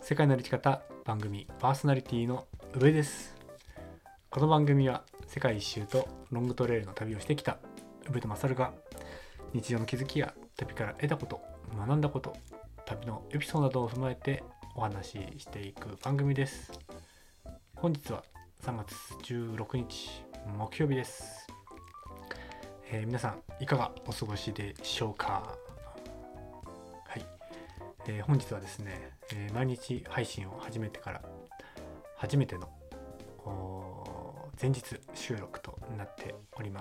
世界の歩き方番組パーソナリティの上です。この番組は世界一周とロングトレイルの旅をしてきた上と勝が日常の気づきや旅から得たこと、学んだこと、旅のエピソードなどを踏まえてお話ししていく番組です。本日は3月16日木曜日です。皆さんいかがお過ごしでしょうか。はい、本日はですね、毎日配信を始めてから初めての前日収録となっております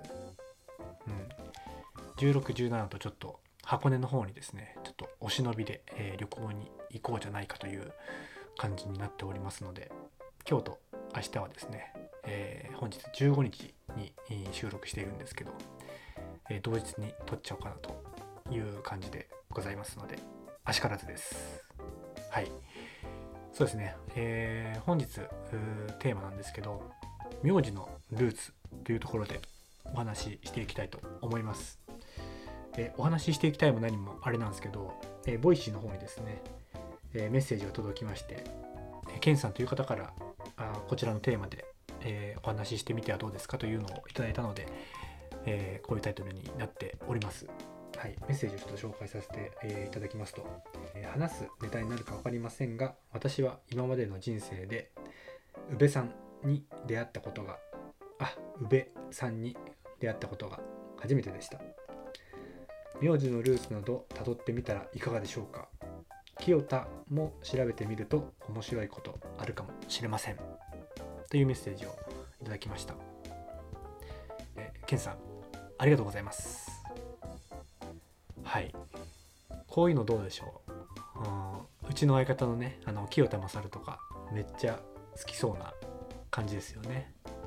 。16、17とちょっと箱根の方にですね、ちょっとお忍びで、旅行に行こうじゃないかという感じになっておりますので、今日と明日はですね、本日15日に収録しているんですけど、同日に撮っちゃおうかなという感じでございますので、あしからずです。はい、そうですね、本日テーマなんですけど、名字のルーツというところでお話ししていきたいと思います。お話ししていきたいも何もあれなんですけど、ボイシーの方にですね、メッセージが届きまして、ケンさんという方からこちらのテーマで、お話ししてみてはどうですかというのをいただいたので、こういうタイトルになっております。はい、メッセージをちょっと紹介させて、いただきますと、話すネタになるか分かりませんが、私は今までの人生で宇部さんに出会ったことが初めてでした。名字のルーツなど辿ってみたらいかがでしょうか。清田も調べてみると面白いことあるかもしれません、というメッセージをいただきました。ケンさんありがとうございます。はい、こういうのどうでしょう。うちの相方のね、清田勝とかめっちゃ好きそうな感じですよね。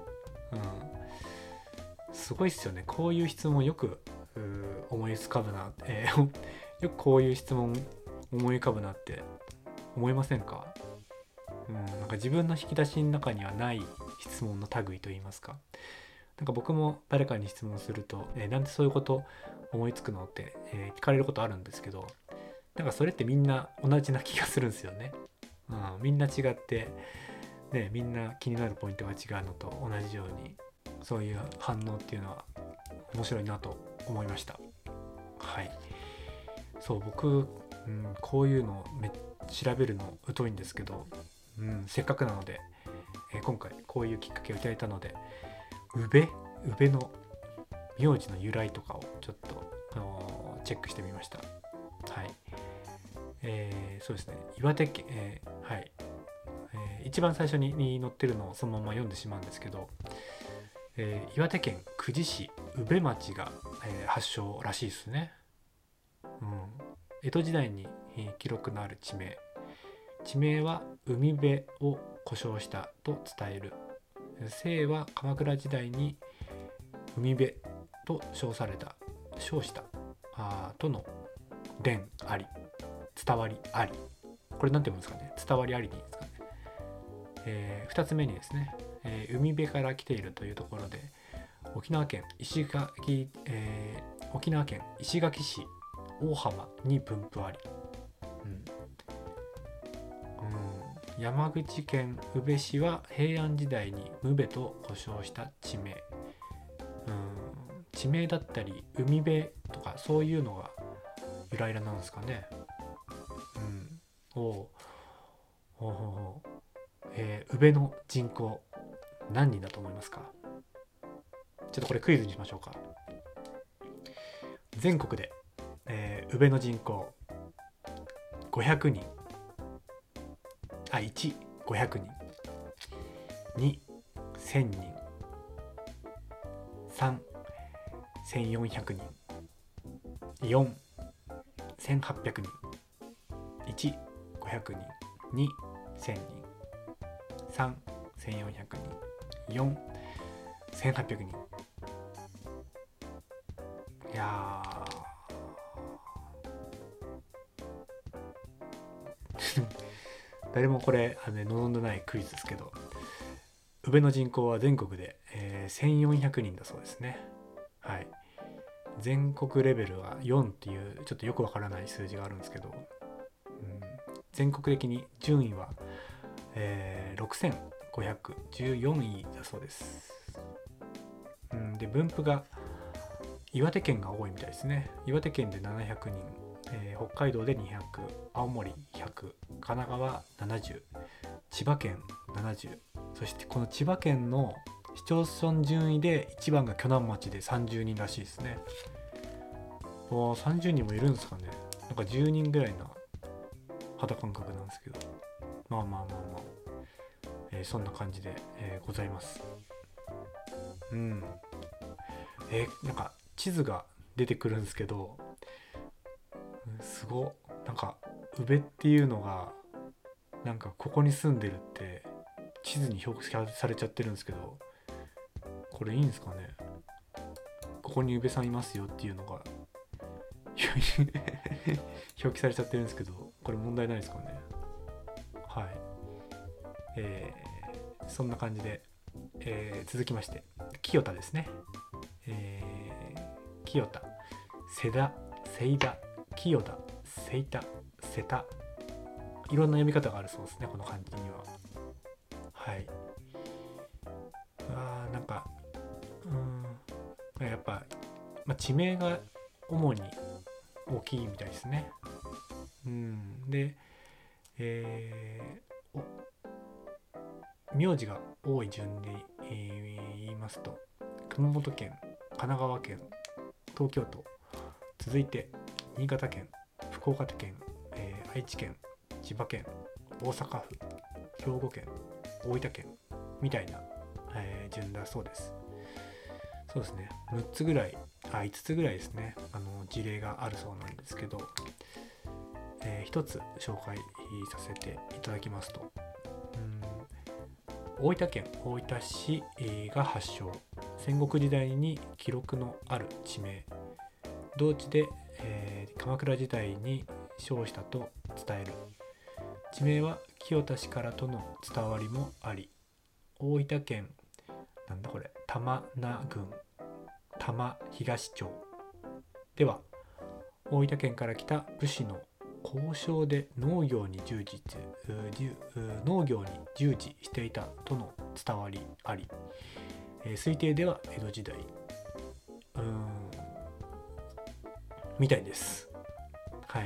すごいっすよね。こういう質問よく思い浮かぶな、よくこういう質問思い浮かぶなって思いませんか。なんか自分の引き出しの中にはない質問の類といいますか、なんか僕も誰かに質問すると、なんでそういうこと思いつくのって、聞かれることあるんですけど、なんかそれってみんな同じな気がするんですよね。みんな違って、ね、みんな気になるポイントが違うのと同じように、そういう反応っていうのは面白いなと思いました。はい、そう僕、こういうの調べるの疎いんですけど、せっかくなので、今回こういうきっかけをいただいたので、宇部の名字の由来とかをちょっとチェックしてみました。はい、そうですね、岩手県、はい、一番最初に載ってるのをそのまま読んでしまうんですけど、岩手県久慈市宇部町が、発祥らしいですね。江戸時代に、記録のある地名は海辺を呼称したと伝える。姓は鎌倉時代に海辺と称したとの伝あり、伝わりあり、これなんて読むんですかね。伝わりありでいいんですかね。2つ目にですね、海辺から来ているというところで、沖縄県石垣市大浜に分布あり、山口県宇部市は平安時代に無部と呼称した地名。地名だったり海辺とかそういうのが由来なんですかね。宇部の人口何人だと思いますか。ちょっとこれクイズにしましょうか。全国で、宇部の人口500人。1、500人。2、1000人。3、1400人。4、1800人。1、500人。2、1000人。3、1400人。4、1800人。いや誰もこれ望んでないクイズですけど、宇部の人口は全国で、1400人だそうですね。はい、全国レベルは4っていうちょっとよくわからない数字があるんですけど、 全国的に順位は、6514位だそうです。で分布が岩手県が多いみたいですね。岩手県で700人、北海道で200、青森100、神奈川70、千葉県70、そしてこの千葉県の市町村順位で1番が鋸南町で30人らしいですね。30人もいるんですかね。なんか10人ぐらいな肌感覚なんですけど、まあ、そんな感じで、ございます。なんか地図が出てくるんですけど、すごなんか宇部っていうのがなんかここに住んでるって地図に表記されちゃってるんですけど、これいいんですかね。ここに宇部さんいますよっていうのが表記されちゃってるんですけど、これ問題ないですかね。はい、そんな感じで、続きまして清田ですね。清田、世田、清田、清田、清田、瀬田、いろんな読み方があるそうですね、この漢字には。はい。なんかやっぱ、地名が主に大きいみたいですね。で、名字が多い順で、言いますと、熊本県、神奈川県、東京都、続いて新潟県、福岡県、愛知県、千葉県、大阪府、兵庫県、大分県みたいな、順だそうです。そうですね、6つぐらい、5つぐらいですね、事例があるそうなんですけど、一つ紹介させていただきますと、大分県大分市が発祥、戦国時代に記録のある地名、同地で、鎌倉時代に称したと伝える。地名は清田市からとの伝わりもあり、大分県なんだこれ玉名郡玉東町では、大分県から来た武士の交渉で農業に従事していたとの伝わりあり、推定では江戸時代みたいです。はい。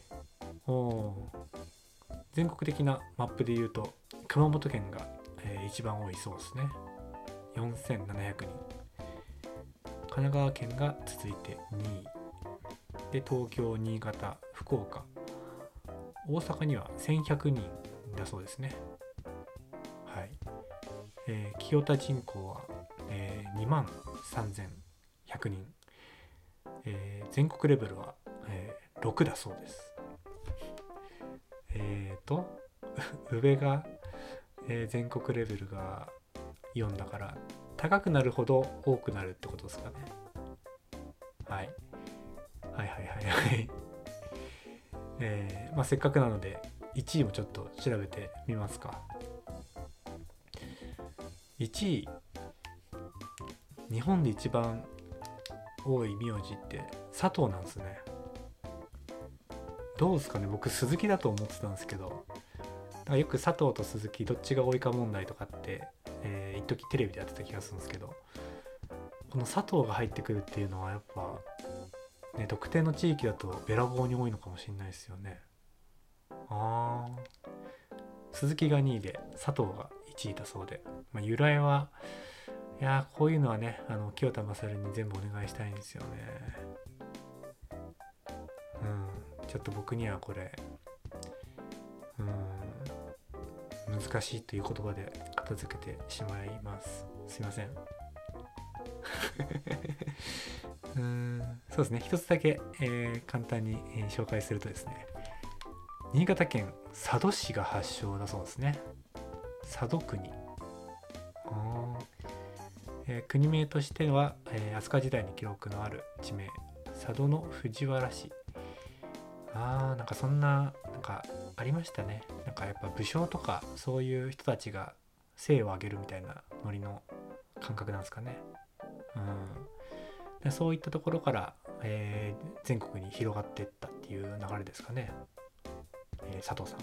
全国的なマップでいうと熊本県が、一番多いそうですね。4700人。神奈川県が続いて2位で、東京、新潟、福岡、大阪には1100人だそうですね。はい。清田人口は、23,100人、全国レベルは、6だそうです。宇部が、全国レベルが4だから高くなるほど多くなるってことですかね。はい。せっかくなので1位もちょっと調べてみますか。1位、日本で一番多い名字って佐藤なんですね。どうですかね。僕鈴木だと思ってたんですけど、よく佐藤と鈴木どっちが多いか問題とかって、一時テレビでやってた気がするんですけど、この佐藤が入ってくるっていうのはやっぱね、特定の地域だとべらぼうに多いのかもしれないですよね。鈴木が2位で佐藤が1位だそうで、由来は、いやこういうのはね、清田勝に全部お願いしたいんですよね。ちょっと僕にはこれ難しいという言葉で片付けてしまいます。すいません。そうですね、一つだけ、簡単に、紹介するとですね、新潟県佐渡市が発祥だそうですね。佐渡国、国名としては、飛鳥時代に記録のある地名、佐渡の藤原市。なんかそんな、なんかありましたね。なんかやっぱ武将とかそういう人たちが姓を挙げるみたいなノリの感覚なんですかね。でそういったところから、全国に広がっていったっていう流れですかね。 佐藤さん。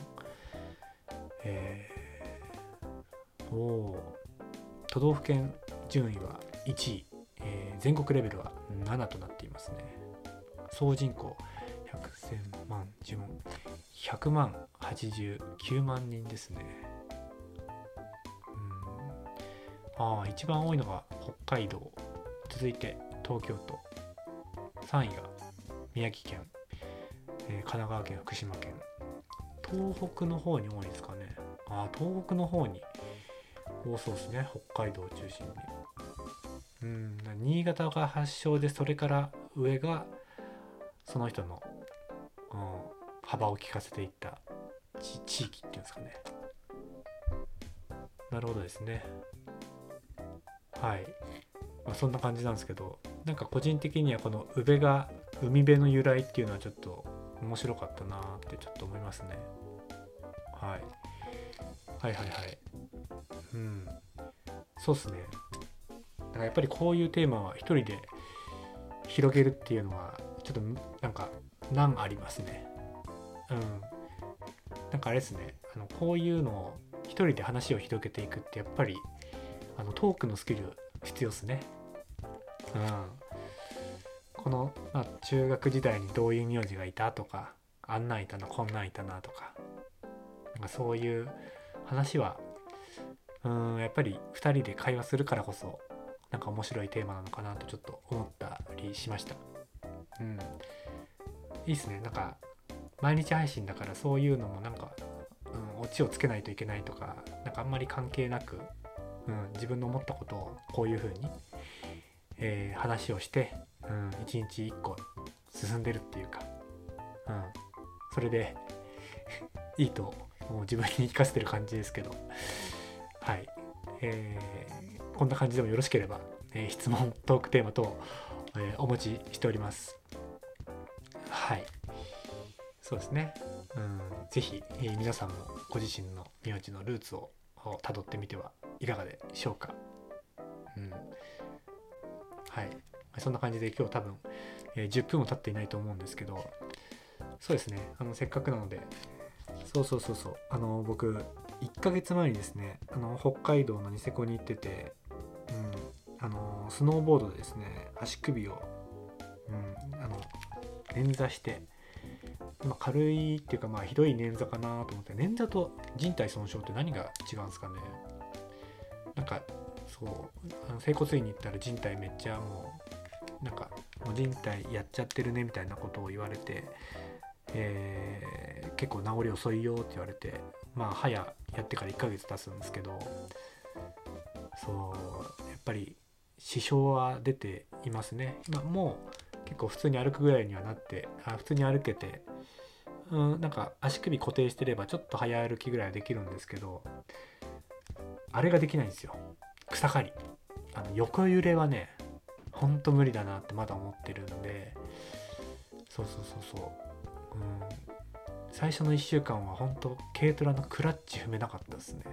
都道府県順位は1位、全国レベルは7となっていますね。総人口100、1000万、10万、100万89万人ですね。一番多いのが北海道、続いて東京都、3位が宮城県、神奈川県、福島県、東北の方に多いですかね。東北の方に多そうですね、北海道を中心に。新潟が発祥で、それから上がその人の、幅を利かせていった地域っていうんですかね。なるほどですね。はい、そんな感じなんですけど、なんか個人的にはこの宇部が海辺の由来っていうのはちょっと面白かったなってちょっと思いますね。はいはいはいはい。そうっすね。だからやっぱりこういうテーマは一人で広げるっていうのはちょっとなんか難ありますね。なんかあれですね、こういうのを一人で話を広げていくってやっぱりトークのスキル必要ですね。この、中学時代にどういう名字がいたとか、あんなんいたな、こんなんいたなとか、なんかそういう話はやっぱり2人で会話するからこそなんか面白いテーマなのかなとちょっと思ったりしました。いいっすね。なんか毎日配信だからそういうのもなんか、オチをつけないといけないとか、なんかあんまり関係なく、自分の思ったことをこういう風に、話をして、一日一個進んでるっていうか、それでいいともう自分に言い聞かせてる感じですけど、はい、こんな感じでもよろしければ、質問トークテーマ等、お持ちしております。はい、そうですね。ぜひ、皆さんもご自身の名字のルーツをたどってみてはいかがでしょうか。はい、そんな感じで今日多分、10分も経っていないと思うんですけど、そうですね、せっかくなので、僕1ヶ月前にですね、北海道のニセコに行ってて、スノーボードでですね、足首を、捻挫して、軽いっていうか、ひどい捻挫かなと思って。捻挫と人体損傷って何が違うんですかね。なんかそう整骨院に行ったら人体めっちゃもう人体やっちゃってるねみたいなことを言われて、結構治り遅いよって言われて、早やってから1ヶ月経つんですけど、やっぱり支障は出ていますね。もう結構普通に歩くぐらいにはなって、普通に歩けて、なんか足首固定してればちょっと早歩きぐらいはできるんですけど、あれができないんですよ。草刈り。横揺れはね、ほんと無理だなってまだ思ってるんで、最初の1週間は本当軽トラのクラッチ踏めなかったですね。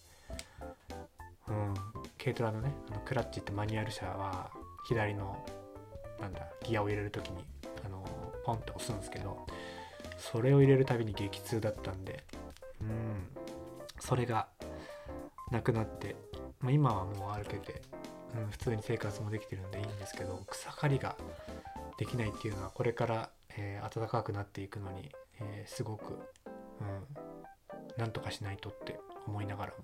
軽トラのね、クラッチってマニュアル車は左のギアを入れるときにポンって押すんですけど、それを入れるたびに激痛だったんで、それがなくなって、今はもう歩けて、普通に生活もできてるんでいいんですけど、草刈りができないっていうのはこれから、暖かくなっていくのに、すごく、なんとかしないとって思いながら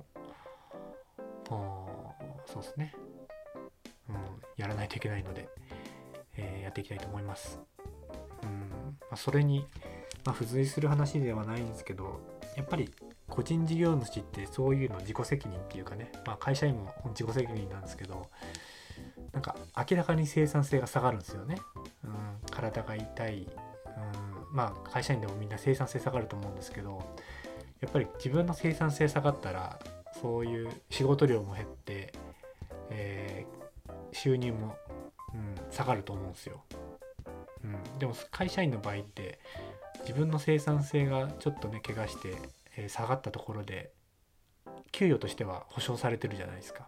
も、そうですね、やらないといけないので、やっていきたいと思います。それに、付随する話ではないんですけど、やっぱり個人事業主ってそういうの自己責任っていうかね、会社員も自己責任なんですけど、なんか明らかに生産性が下がるんですよね。体が痛い、会社員でもみんな生産性下がると思うんですけど、やっぱり自分の生産性下がったらそういう仕事量も減って、収入も、下がると思うんですよ。でも会社員の場合って自分の生産性がちょっとね怪我して、下がったところで給与としては保証されてるじゃないですか。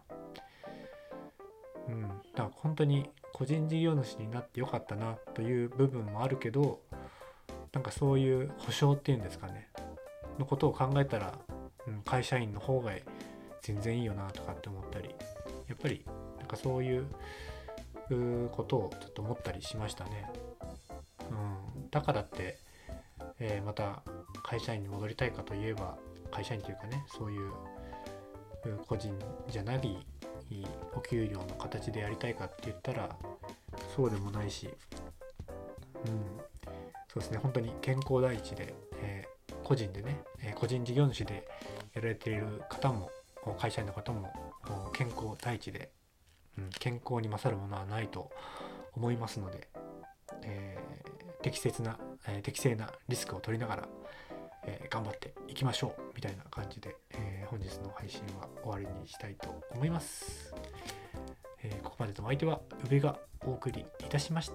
だから本当に個人事業主になってよかったなという部分もあるけど、なんかそういう保証っていうんですかね、 のことを考えたら、会社員の方が全然いいよなとかって思ったり、やっぱりなんかそういうことをちょっと思ったりしましたね。だからって、また会社員に戻りたいかといえば、会社員というかね、そういう個人じゃないお給料の形でやりたいかって言ったらそうでもないし、そうですね、本当に健康第一で、個人でね、個人事業主でやられている方も会社員の方も健康第一で、健康に勝るものはないと思いますので、適正なリスクを取りながら、頑張っていきましょうみたいな感じで、本日の配信は終わりにしたいと思います。ここまでのお相手は宇部がお送りいたしました。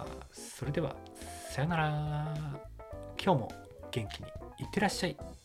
それではさよなら。今日も元気にいってらっしゃい。